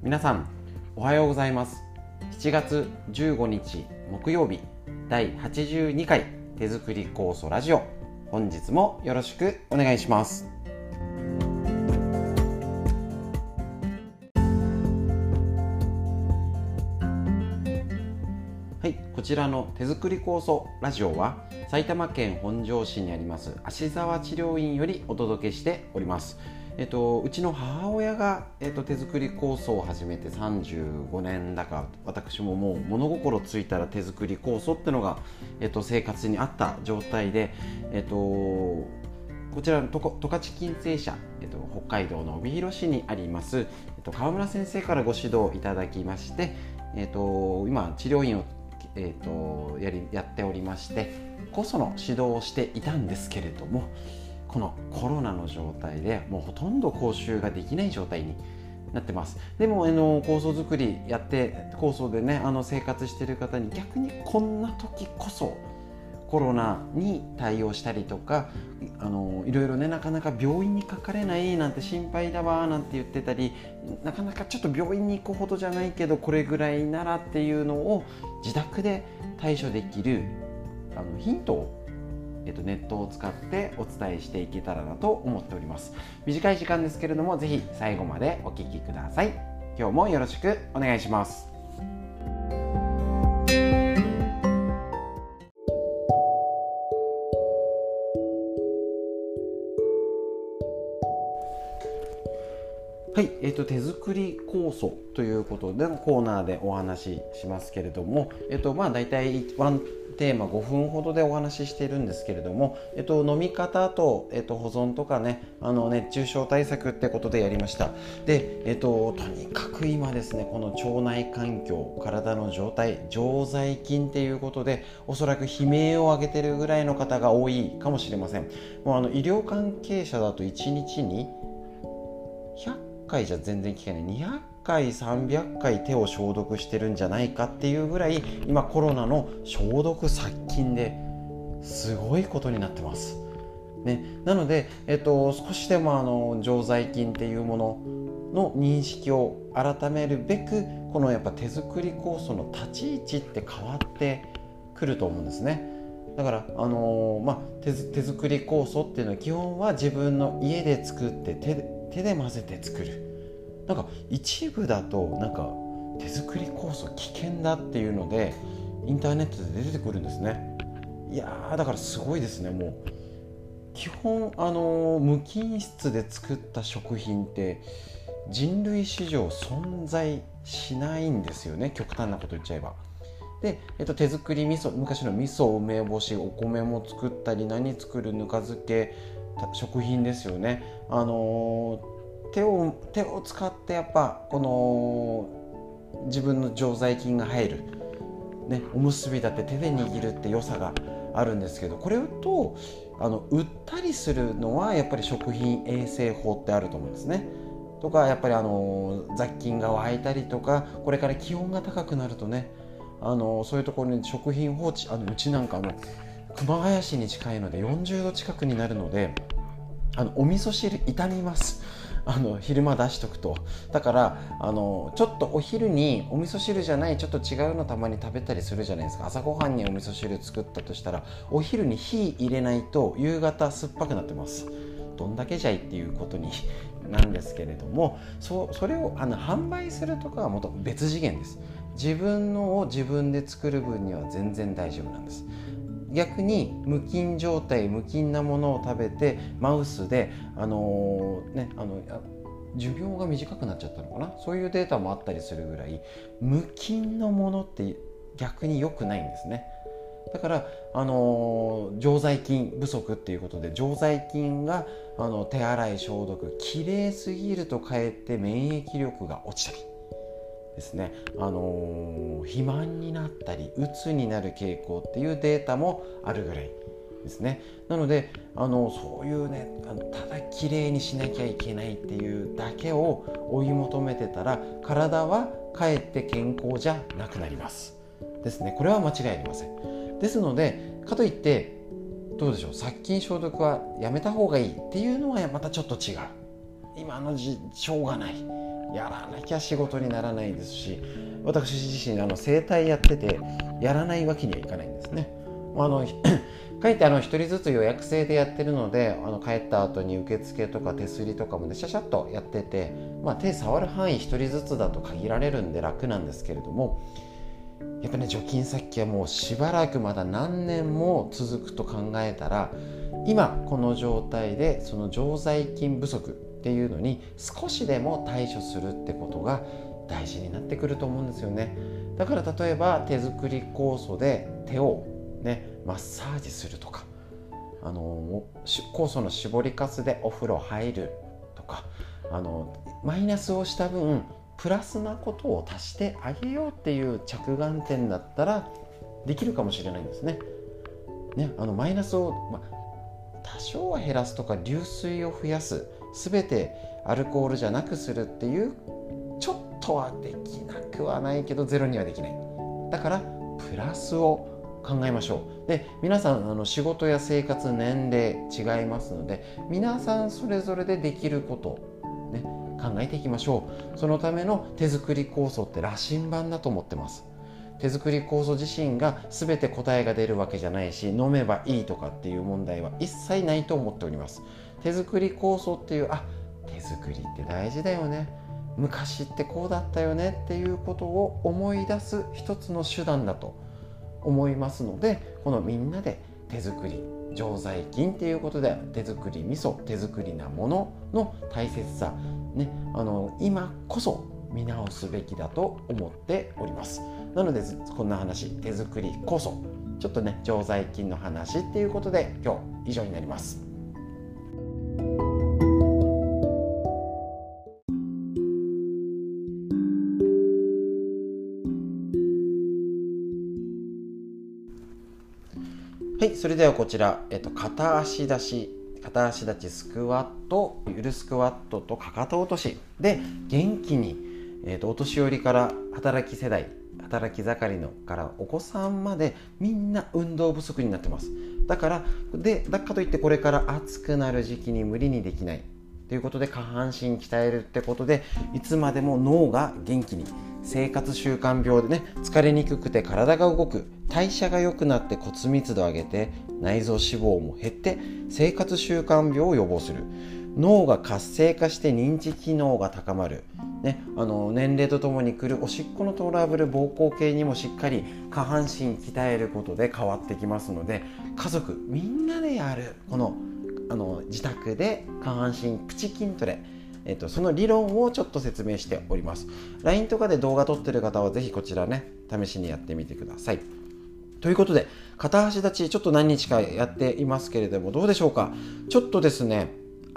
皆さんおはようございます。7月15日木曜日第82回手作り酵素ラジオ、本日もよろしくお願いします。はい、こちらの手作り酵素ラジオは埼玉県本庄市にあります芦沢治療院よりお届けしております。うちの母親が、手作り酵素を始めて35年だか、私ももう物心ついたら手作り酵素ってのが、生活にあった状態で、こちらの十勝金星社、北海道の帯広市にあります、川村先生からご指導いただきまして、今治療院を、やっておりまして、酵素の指導をしていたんですけれども、このコロナの状態でもうほとんど講習ができない状態になってます。でも酵素作りやって酵素でね生活している方に、逆にこんな時こそコロナに対応したりとか、いろいろね、なかなか病院にかかれないなんて心配だわなんて言ってたり、なかなかちょっと病院に行くほどじゃないけどこれぐらいならっていうのを自宅で対処できるヒントをネットを使ってお伝えしていけたらなと思っております。短い時間ですけれども、ぜひ最後までお聞きください。今日もよろしくお願いします。はい、手作り酵素ということでのコーナーでお話ししますけれども、だいたいワンテーマ5分ほどでお話ししているんですけれども、飲み方と、保存とかね、熱中症対策ってことでやりました。で、とにかく今ですね、この腸内環境、体の状態、常在菌っていうことで、おそらく悲鳴を上げてるぐらいの方が多いかもしれません。もう医療関係者だと1日に100回じゃ全然効かない、200回300回手を消毒してるんじゃないかっていうぐらい、今コロナの消毒殺菌ですごいことになってます、ね、なので、少しでも常在菌っていうものの認識を改めるべく、このやっぱ手作り酵素の立ち位置って変わってくると思うんですね。だから、手作り酵素っていうのは基本は自分の家で作って手で混ぜて作る。なんか一部だと手作り酵素危険だっていうのでインターネットで出てくるんですね。いやだからすごいですね。もう基本無菌室で作った食品って人類史上存在しないんですよね、極端なこと言っちゃえば。で、手作り味噌、昔の味噌、梅干し、お米も作ったり、何作る、ぬか漬け、食品ですよね。手を使ってやっぱこの自分の常在菌が入る、ね、おむすびだって手で握るって良さがあるんですけど、これと売ったりするのはやっぱり食品衛生法ってあると思うんですね。とかやっぱり雑菌が湧いたりとか、これから気温が高くなるとね、そういうところに食品放置、うちなんか熊谷市に近いので40度近くになるので、お味噌汁傷みます。昼間出しとくと。だからちょっとお昼にお味噌汁じゃないちょっと違うのたまに食べたりするじゃないですか。朝ごはんにお味噌汁作ったとしたら、お昼に火入れないと夕方酸っぱくなってます。どんだけじゃいっていうことになんですけれども、それを販売するとかはもっと別次元です。自分のを自分で作る分には全然大丈夫なんです。逆に無菌状態、無菌なものを食べてマウスで寿命が短くなっちゃったのかな、そういうデータもあったりするぐらい無菌のものって逆に良くないんですね。だから常在菌不足っていうことで、常在菌が手洗い消毒きれいすぎるとかえって免疫力が落ちたりですね、肥満になったりうつになる傾向っていうデータもあるぐらいですね。なのでそういうね、ただきれいにしなきゃいけないっていうだけを追い求めてたら、体はかえって健康じゃなくなりますですね。これは間違いありません。ですので、かといってどうでしょう、殺菌消毒はやめた方がいいっていうのはまたちょっと違う。今のしょうがない、 やらなきゃ仕事にならないですし、私自身整体やっててやらないわけにはいかないんですね。かえって一人ずつ予約制でやってるので、帰った後に受付とか手すりとかもねシャシャッとやってて、手触る範囲一人ずつだと限られるんで楽なんですけれども、やっぱね除菌殺菌はもうしばらくまだ何年も続くと考えたら、今この状態でその常在菌不足っていうのに少しでも対処するってことが大事になってくると思うんですよね。だから例えば手作り酵素で手をねマッサージするとか、酵素の絞りかすでお風呂入るとか、マイナスをした分プラスなことを足してあげようっていう着眼点だったらできるかもしれないんですね。マイナスを、多少は減らすとか流水を増やす、全てアルコールじゃなくするっていうちょっとはできなくはないけどゼロにはできない。だからプラスを考えましょう。で、皆さん仕事や生活年齢違いますので、皆さんそれぞれでできることね考えていきましょう。そのための手作り酵素って羅針盤だと思ってます。手作り酵素自身が全て答えが出るわけじゃないし、飲めばいいとかっていう問題は一切ないと思っております。手作り酵素っていう、手作りって大事だよね、昔ってこうだったよねっていうことを思い出す一つの手段だと思いますので、このみんなで手作り常在菌っていうことで手作り味噌、手作りなものの大切さね、今こそ見直すべきだと思っております。なのでこんな話、手作り酵素、ちょっとね常在菌の話っていうことで今日以上になります。はい、それではこちら、片足立ちスクワット、ゆるスクワットとかかと落としで元気に、お年寄りから働き世代、働き盛りのからお子さんまでみんな運動不足になってます。だかといってこれから暑くなる時期に無理にできないということで、下半身鍛えるってことでいつまでも脳が元気に、生活習慣病でね疲れにくくて体が動く、代謝が良くなって骨密度を上げて内臓脂肪も減って生活習慣病を予防する、脳が活性化して認知機能が高まる、年齢とともに来るおしっこのトラブル、膀胱系にもしっかり下半身鍛えることで変わってきますので、家族みんなでやるこの自宅で下半身プチ筋トレ、その理論をちょっと説明しております。 LINE とかで動画撮ってる方はぜひこちらね試しにやってみてください。ということで片足立ちちょっと何日かやっていますけれども、どうでしょうか。ちょっとですね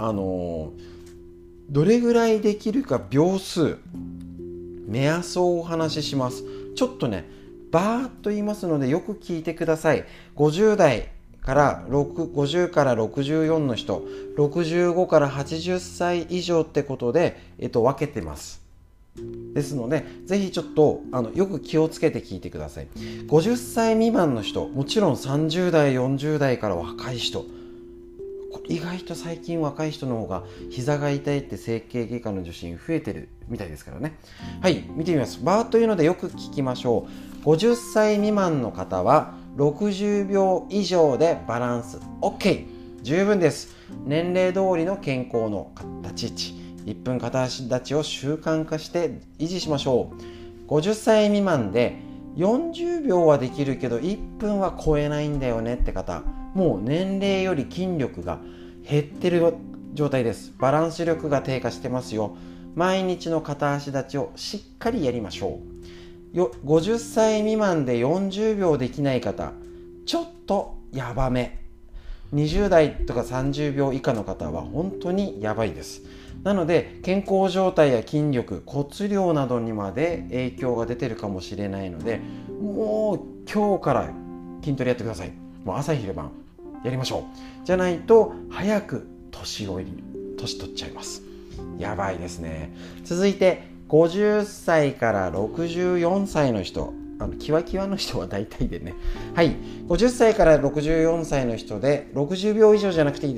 どれぐらいできるか秒数目安をお話しします。ちょっとねバーッと言いますのでよく聞いてください。50代から50から64の人、65から80歳以上ってことで、分けてます。ですのでぜひちょっとよく気をつけて聞いてください。50歳未満の人、もちろん30代40代から若い人、意外と最近若い人の方が膝が痛いって整形外科の受診増えてるみたいですからね。はい、見てみます。バーというのでよく聞きましょう。50歳未満の方は60秒以上でバランス OK、 十分です。年齢通りの健康の立ち位置、1分片足立ちを習慣化して維持しましょう。50歳未満で40秒はできるけど1分は超えないんだよねって方、もう年齢より筋力が減ってる状態です。バランス力が低下してますよ。毎日の片足立ちをしっかりやりましょう。50歳未満で40秒できない方、ちょっとやばめ。20代とか30秒以下の方は本当にやばいです。なので健康状態や筋力、骨量などにまで影響が出てるかもしれないので、もう今日から筋トレやってください。もう朝昼晩やりましょう。じゃないと早く年取っちゃいます。やばいですね。続いて50歳から64歳の人、キワキワの人は大体でね、はい、50歳から64歳の人で60秒以上じゃなくていいです。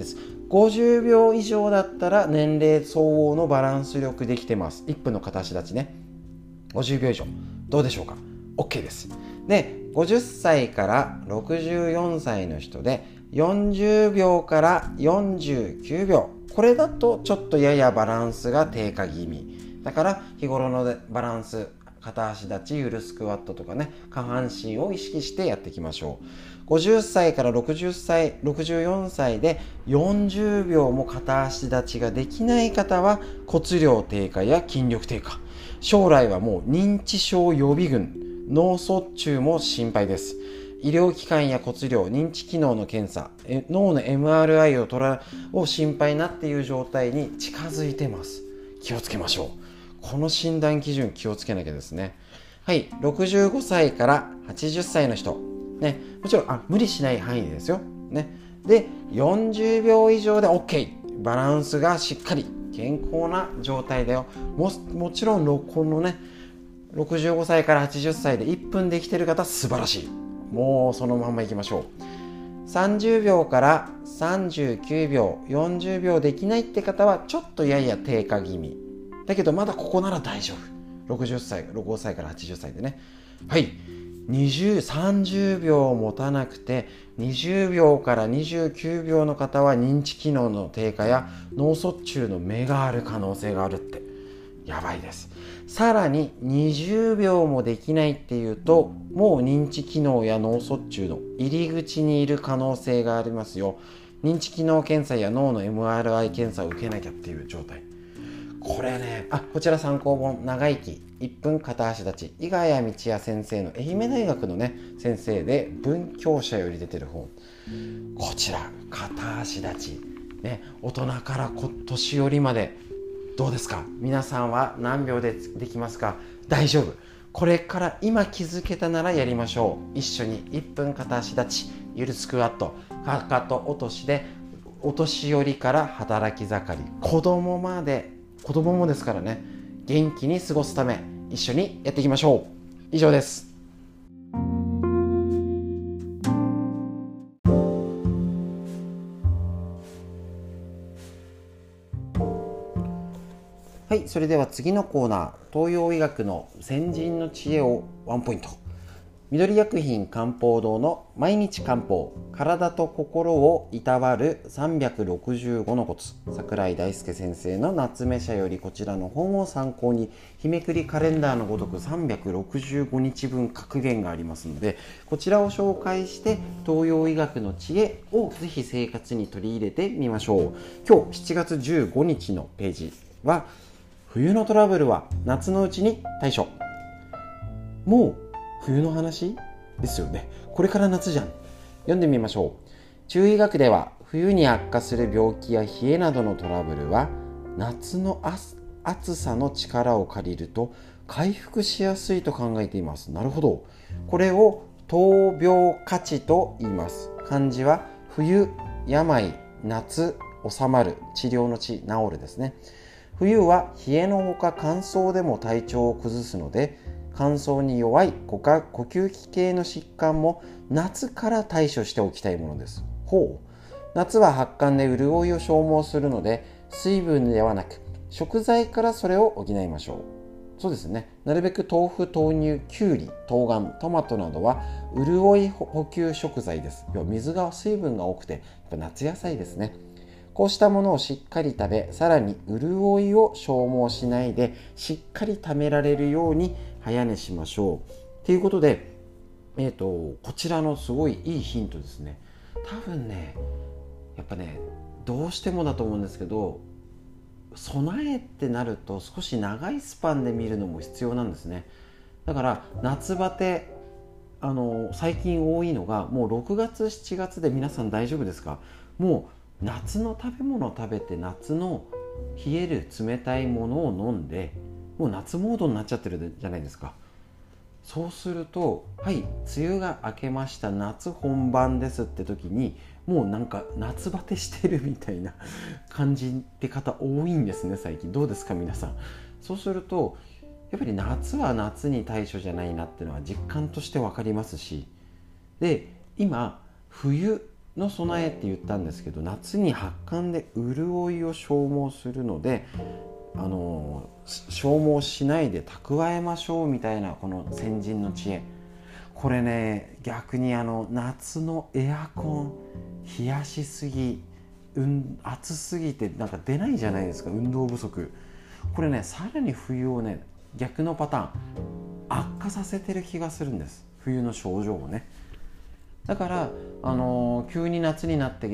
50秒以上だったら年齢相応のバランスよくできてます。1分の片足立ちね。50秒以上どうでしょうか。 OK です。で、50歳から64歳の人で40秒から49秒、これだとちょっとややバランスが低下気味だから、日頃のバランス、片足立ち、ゆるスクワットとかね、下半身を意識してやっていきましょう。50歳から60歳、64歳で40秒も片足立ちができない方は骨量低下や筋力低下、将来はもう認知症予備軍、脳卒中も心配です。医療機関や骨量、認知機能の検査、脳の MRI を心配なっていう状態に近づいてます。気をつけましょう。この診断基準気をつけなきゃですね。はい、65歳から80歳の人、ね、もちろん無理しない範囲ですよ、ね、で40秒以上で OK、 バランスがしっかり健康な状態だよ。もちろんこのね65歳から80歳で1分できてる方素晴らしい。もうそのまんまいきましょう。30秒から39秒、40秒できないって方はちょっとやや低下気味だけど、まだここなら大丈夫。65歳から80歳でね。はい、30秒持たなくて20秒から29秒の方は認知機能の低下や脳卒中の目がある可能性があるって、やばいです。さらに20秒もできないっていうと、もう認知機能や脳卒中の入り口にいる可能性がありますよ。認知機能検査や脳の MRI 検査を受けなきゃっていう状態。これね、こちら参考本、長生き1分片足立ち、伊賀谷道也先生の愛媛大学のね先生で文教社より出てる本。こちら片足立ちね、大人から年寄りまでどうですか。皆さんは何秒でできますか。大丈夫。これから今気づけたならやりましょう。一緒に1分片足立ち、ゆるスクワット、かかと落としでお年寄りから働き盛り、子供もですからね、元気に過ごすため一緒にやっていきましょう。以上です。はい、それでは次のコーナー、東洋医学の先人の知恵をワンポイント。緑薬品漢方堂の毎日漢方、体と心をいたわる365のコツ、櫻井大輔先生の夏目社よりこちらの本を参考に、日めくりカレンダーのごとく365日分格言がありますので、こちらを紹介して東洋医学の知恵をぜひ生活に取り入れてみましょう。今日7月15日のページは、冬のトラブルは夏のうちに対処。もう冬の話ですよね。これから夏じゃん。読んでみましょう。中医学では冬に悪化する病気や冷えなどのトラブルは夏の暑さの力を借りると回復しやすいと考えています。なるほど。これを闘病価値と言います。漢字は冬、病、夏、治まる、治療の治、治るですね。冬は冷えのほか乾燥でも体調を崩すので、乾燥に弱い呼吸器系の疾患も夏から対処しておきたいものです。夏は発汗で潤いを消耗するので、水分ではなく食材からそれを補いましょう。そうですね。なるべく豆腐、豆乳、きゅうり、冬瓜、トマトなどは潤い補給食材です。水分が多くてやっぱ夏野菜ですね。こうしたものをしっかり食べ、さらに潤いを消耗しないでしっかり貯められるように早寝しましょう。ということで、こちらのすごいいいヒントですね。多分ね、やっぱね、どうしてもだと思うんですけど、備えってなると少し長いスパンで見るのも必要なんですね。だから夏バテ、最近多いのが、もう6月7月で皆さん大丈夫ですか？もう夏の食べ物を食べて、夏の冷える冷たいものを飲んで、もう夏モードになっちゃってるじゃないですか。そうすると、はい、梅雨が明けました、夏本番ですって時に、もうなんか夏バテしてるみたいな感じって方多いんですね、最近。どうですか皆さん。そうするとやっぱり夏は夏に対処じゃないなっていうのは実感として分かりますし、で今冬の備えって言ったんですけど、夏に発汗で潤いを消耗するので、消耗しないで蓄えましょうみたいな、この先人の知恵。これね、逆に夏のエアコン冷やしすぎ、暑すぎてなんか出ないじゃないですか、運動不足。これね、さらに冬をね、逆のパターン悪化させてる気がするんです、冬の症状をね。だから、急に夏になって、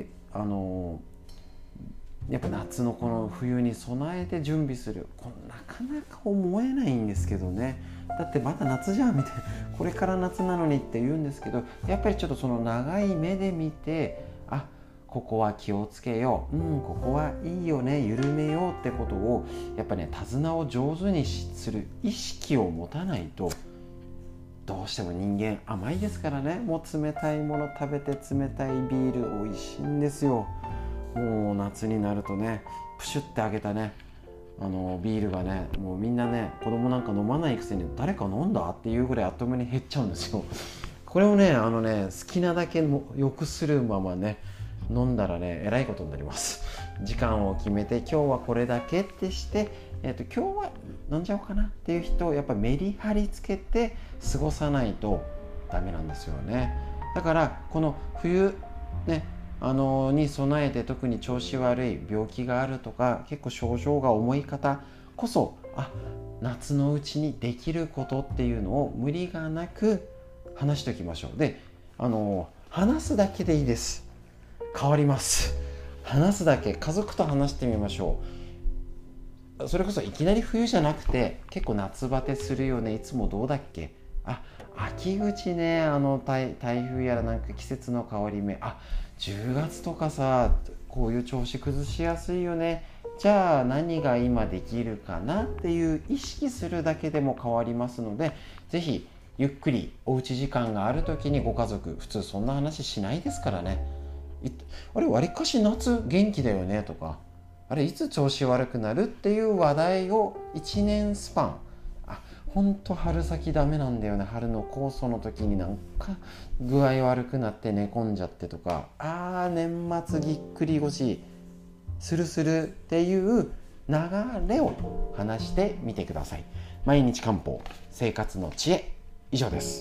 やっぱ夏のこの冬に備えて準備する、なかなか思えないんですけどね。だってまだ夏じゃんみたいな、これから夏なのにって言うんですけど、やっぱりちょっとその長い目で見て、ここは気をつけよう、ここはいいよね、緩めようってことを、やっぱね、手綱を上手にする意識を持たないと、どうしても人間甘いですからね。もう冷たいもの食べて、冷たいビール美味しいんですよ。もう夏になるとね、プシュって開けたね、ビールがね、もうみんなね、子供なんか飲まないくせに誰か飲んだっていうぐらいあっという間に減っちゃうんですよ。これをね、好きなだけ良くするままね、飲んだらね、えらいことになります。時間を決めて、今日はこれだけってして、今日は飲んじゃおうかなっていう人をやっぱメリハリつけて過ごさないとダメなんですよね。だからこの冬ね、に備えて、特に調子悪い、病気があるとか、結構症状が重い方こそ、夏のうちにできることっていうのを無理がなく話しておきましょう。で、話すだけでいいです。変わります。話すだけ、家族と話してみましょう。それこそいきなり冬じゃなくて、結構夏バテするよね、いつもどうだっけ、秋口ね、台風やらなんか季節の変わり目、10月とかさ、こういう調子崩しやすいよね、じゃあ何が今できるかなっていう意識するだけでも変わりますので、ぜひゆっくりおうち時間がある時に、ご家族普通そんな話しないですからね。わりかし夏元気だよねとか、いつ調子悪くなるっていう話題を1年スパン、ほんと春先ダメなんだよね、春の酵素の時になんか具合悪くなって寝込んじゃってとか、年末ぎっくり腰するっていう流れを話してみてください。毎日漢方生活の知恵、以上です。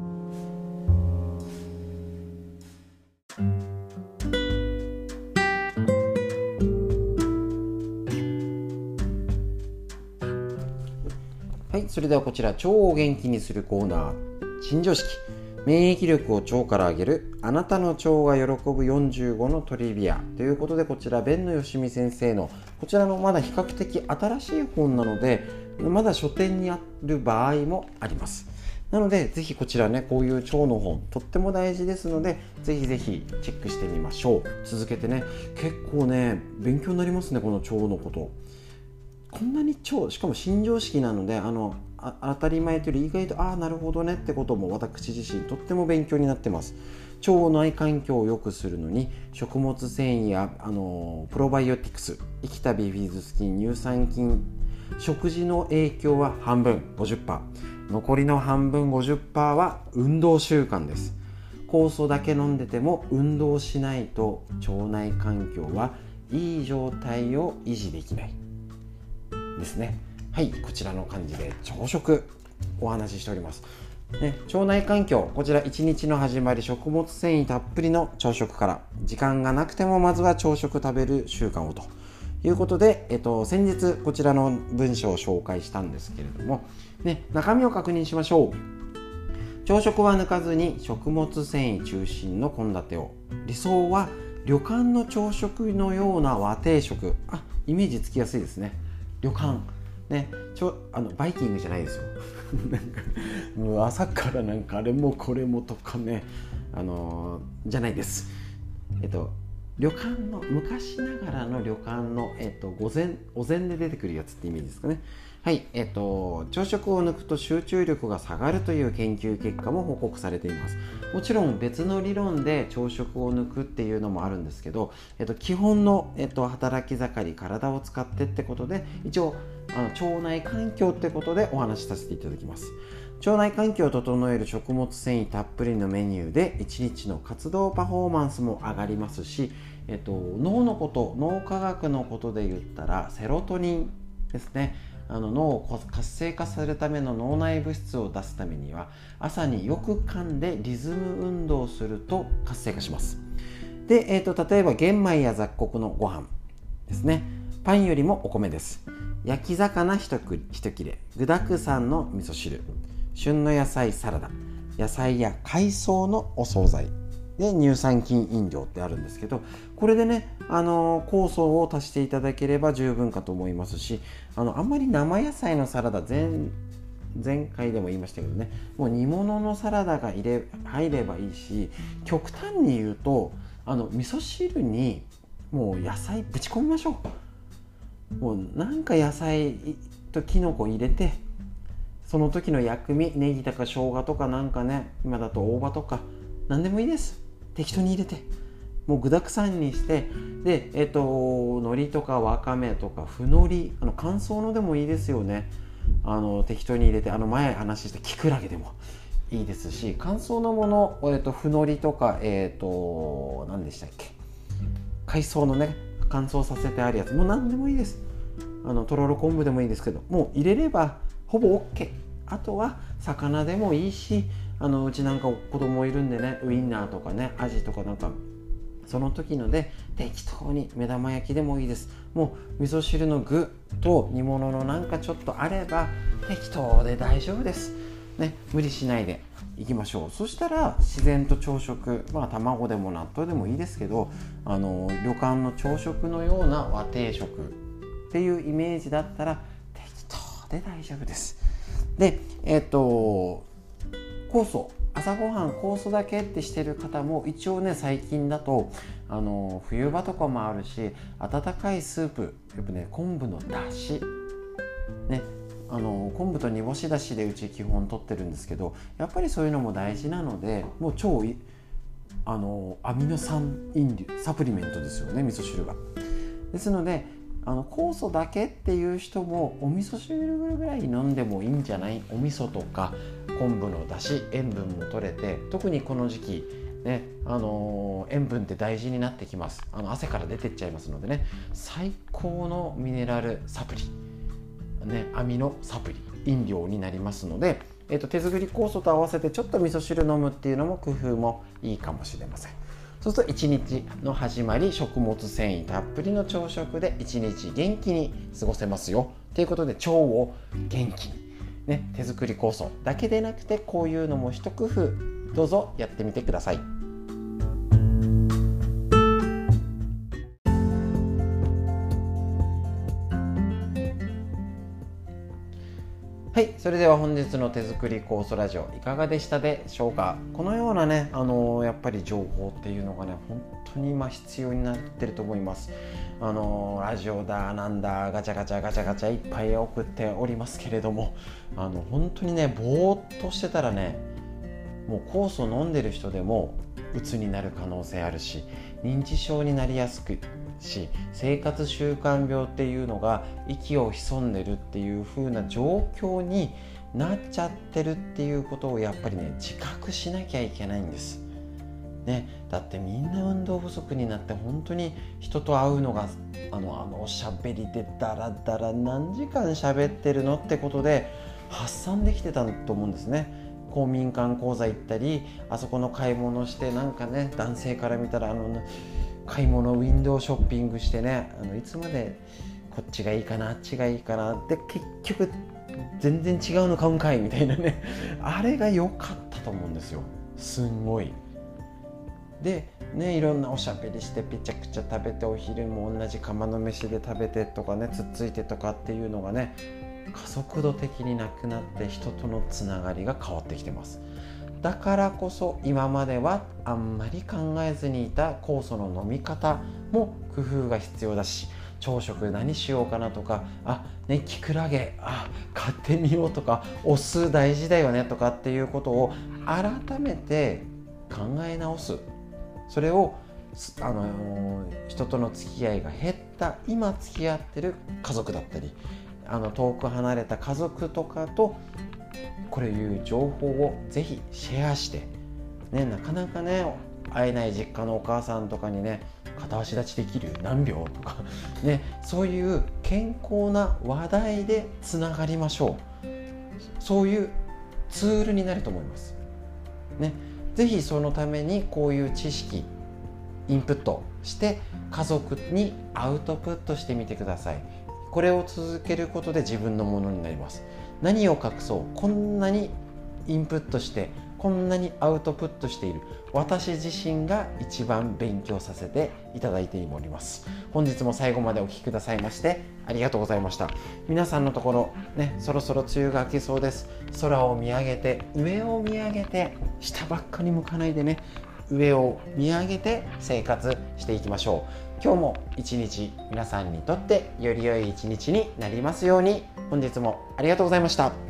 はい、それではこちら、腸を元気にするコーナー、新常識、免疫力を腸から上げる、あなたの腸が喜ぶ45のトリビアということで、こちら辨野義美先生の、こちらのまだ比較的新しい本なので、まだ書店にある場合もあります。なのでぜひこちらね、こういう腸の本とっても大事ですので、ぜひぜひチェックしてみましょう。続けてね、結構ね勉強になりますね、この腸のこと。こんなにしかも新常識なので、当たり前というより意外となるほどねってことも、私自身とっても勉強になってます。腸内環境を良くするのに、食物繊維やプロバイオティクス、生きたビフィズス菌、乳酸菌、食事の影響は半分 50%、 残りの半分 50% は運動習慣です。酵素だけ飲んでても運動しないと腸内環境はいい状態を維持できないですね。はい、こちらの感じで朝食お話ししております、ね。腸内環境、こちら1日の始まり、食物繊維たっぷりの朝食から、時間がなくてもまずは朝食食べる習慣をということで、先日こちらの文章を紹介したんですけれども、ね、中身を確認しましょう。朝食は抜かずに食物繊維中心の献立を。理想は旅館の朝食のような和定食。イメージつきやすいですね。旅館ね、バイキングじゃないですよなんかもう朝からなんかあれもこれもとかね、じゃないです。旅館の昔ながらの旅館の、お膳で出てくるやつってイメージですかね。はい、朝食を抜くと集中力が下がるという研究結果も報告されています。もちろん別の理論で朝食を抜くっていうのもあるんですけど、基本の、働き盛り、体を使ってってことで、一応腸内環境ってことでお話しさせていただきます。 腸内環境を整える食物繊維たっぷりのメニューで1日の活動パフォーマンスも上がりますし、脳のこと、脳科学のことで言ったらセロトニンですね。脳を活性化するための脳内物質を出すためには、朝によく噛んでリズム運動をすると活性化します。で、例えば玄米や雑穀のご飯ですね。パンよりもお米です。焼き魚一切れ、具だくさんの味噌汁、旬の野菜サラダ、野菜や海藻のお惣菜で乳酸菌飲料ってあるんですけど、これでね、酵素を足していただければ十分かと思いますし、あんまり生野菜のサラダ前回でも言いましたけどね、もう煮物のサラダが入ればいいし、極端に言うと味噌汁にもう野菜ぶち込みましょう。もうなんか野菜とキノコ入れて、その時の薬味、ネギとか生姜とかなんかね、今だと大葉とか何でもいいです。適当に入れて、もう具だくさんにして、で海苔とかわかめとかふのり、乾燥のでもいいですよね。適当に入れて、前話したキクラゲでもいいですし、乾燥のもの、ふのりとか何でしたっけ、海藻のね、乾燥させてあるやつ、もう何でもいいです。とろろ昆布でもいいですけど、もう入れればほぼ OK。 あとは魚でもいいし、うちなんか子供いるんでね、ウインナーとかね、アジとかなんかその時ので適当に目玉焼きでもいいです。もう味噌汁の具と煮物のなんかちょっとあれば適当で大丈夫ですね。無理しないでいきましょう。そしたら自然と朝食、卵でも納豆でもいいですけど、旅館の朝食のような和定食っていうイメージだったら適当で大丈夫です。で、酵素、朝ごはん酵素だけってしてる方も一応ね、最近だと冬場とかもあるし、温かいスープ、やっぱね、昆布のだしね、昆布と煮干しだしでうち基本取ってるんですけど、やっぱりそういうのも大事なので、もう超アミノ酸飲料サプリメントですよね、味噌汁が。ですので酵素だけっていう人もお味噌汁ぐらい飲んでもいいんじゃない。お味噌とか昆布のだし、塩分も取れて、特にこの時期ね、塩分って大事になってきます。汗から出てっちゃいますのでね、最高のミネラルサプリ、ね、アミノサプリ飲料になりますので、手作り酵素と合わせてちょっと味噌汁飲むっていうのも工夫もいいかもしれません。そうすると一日の始まり、食物繊維たっぷりの朝食で一日元気に過ごせますよということで、腸を元気に、ね、手作り酵素だけでなくて、こういうのも一工夫どうぞやってみてください。はい、それでは本日の手作り酵素ラジオいかがでしたでしょうか。このようなね、やっぱり情報っていうのがね、本当に今必要になってると思います。ラジオだなんだガチャガチャいっぱい送っておりますけれども、本当にね、ぼーっとしてたらね、もう酵素飲んでる人でもうつになる可能性あるし、認知症になりやすくし、生活習慣病っていうのが息を潜んでるっていう風な状況になっちゃってるっていうことをやっぱりね、自覚しなきゃいけないんですね。だってみんな運動不足になって、本当に人と会うのがおしゃべりでダラダラ何時間喋ってるのってことで発散できてたと思うんですね。公民館講座行ったり、あそこの買い物して、なんかね、男性から見たら買い物ウィンドウショッピングしてね、いつまでこっちがいいかなあっちがいいかなで結局全然違うの買うんかいみたいなねあれが良かったと思うんですよ。すんごいでね、いろんなおしゃべりしてぺちゃくちゃ食べて、お昼も同じ釜の飯で食べてとかね、つっついてとかっていうのがね、加速度的になくなって人とのつながりが変わってきてます。だからこそ今まではあんまり考えずにいた酵素の飲み方も工夫が必要だし、朝食何しようかなとか、キクラゲ買ってみようとか、お酢大事だよねとかっていうことを改めて考え直す。それを人との付き合いが減った今付き合ってる家族だったり、遠く離れた家族とかとこれいう情報をぜひシェアして、ね、なかなかね会えない実家のお母さんとかにね、片足立ちできる何秒とかね、そういう健康な話題でつながりましょう。そういうツールになると思いますね。ぜひそのためにこういう知識インプットして家族にアウトプットしてみてください。これを続けることで自分のものになります。何を隠そう、こんなにインプットしてこんなにアウトプットしている私自身が一番勉強させていただいております。本日も最後までお聞きくださいましてありがとうございました。皆さんのところね、そろそろ梅雨が明けそうです。空を見上げて、上を見上げて、下ばっかり向かないでね、上を見上げて生活していきましょう。今日も一日皆さんにとってより良い一日になりますように。本日もありがとうございました。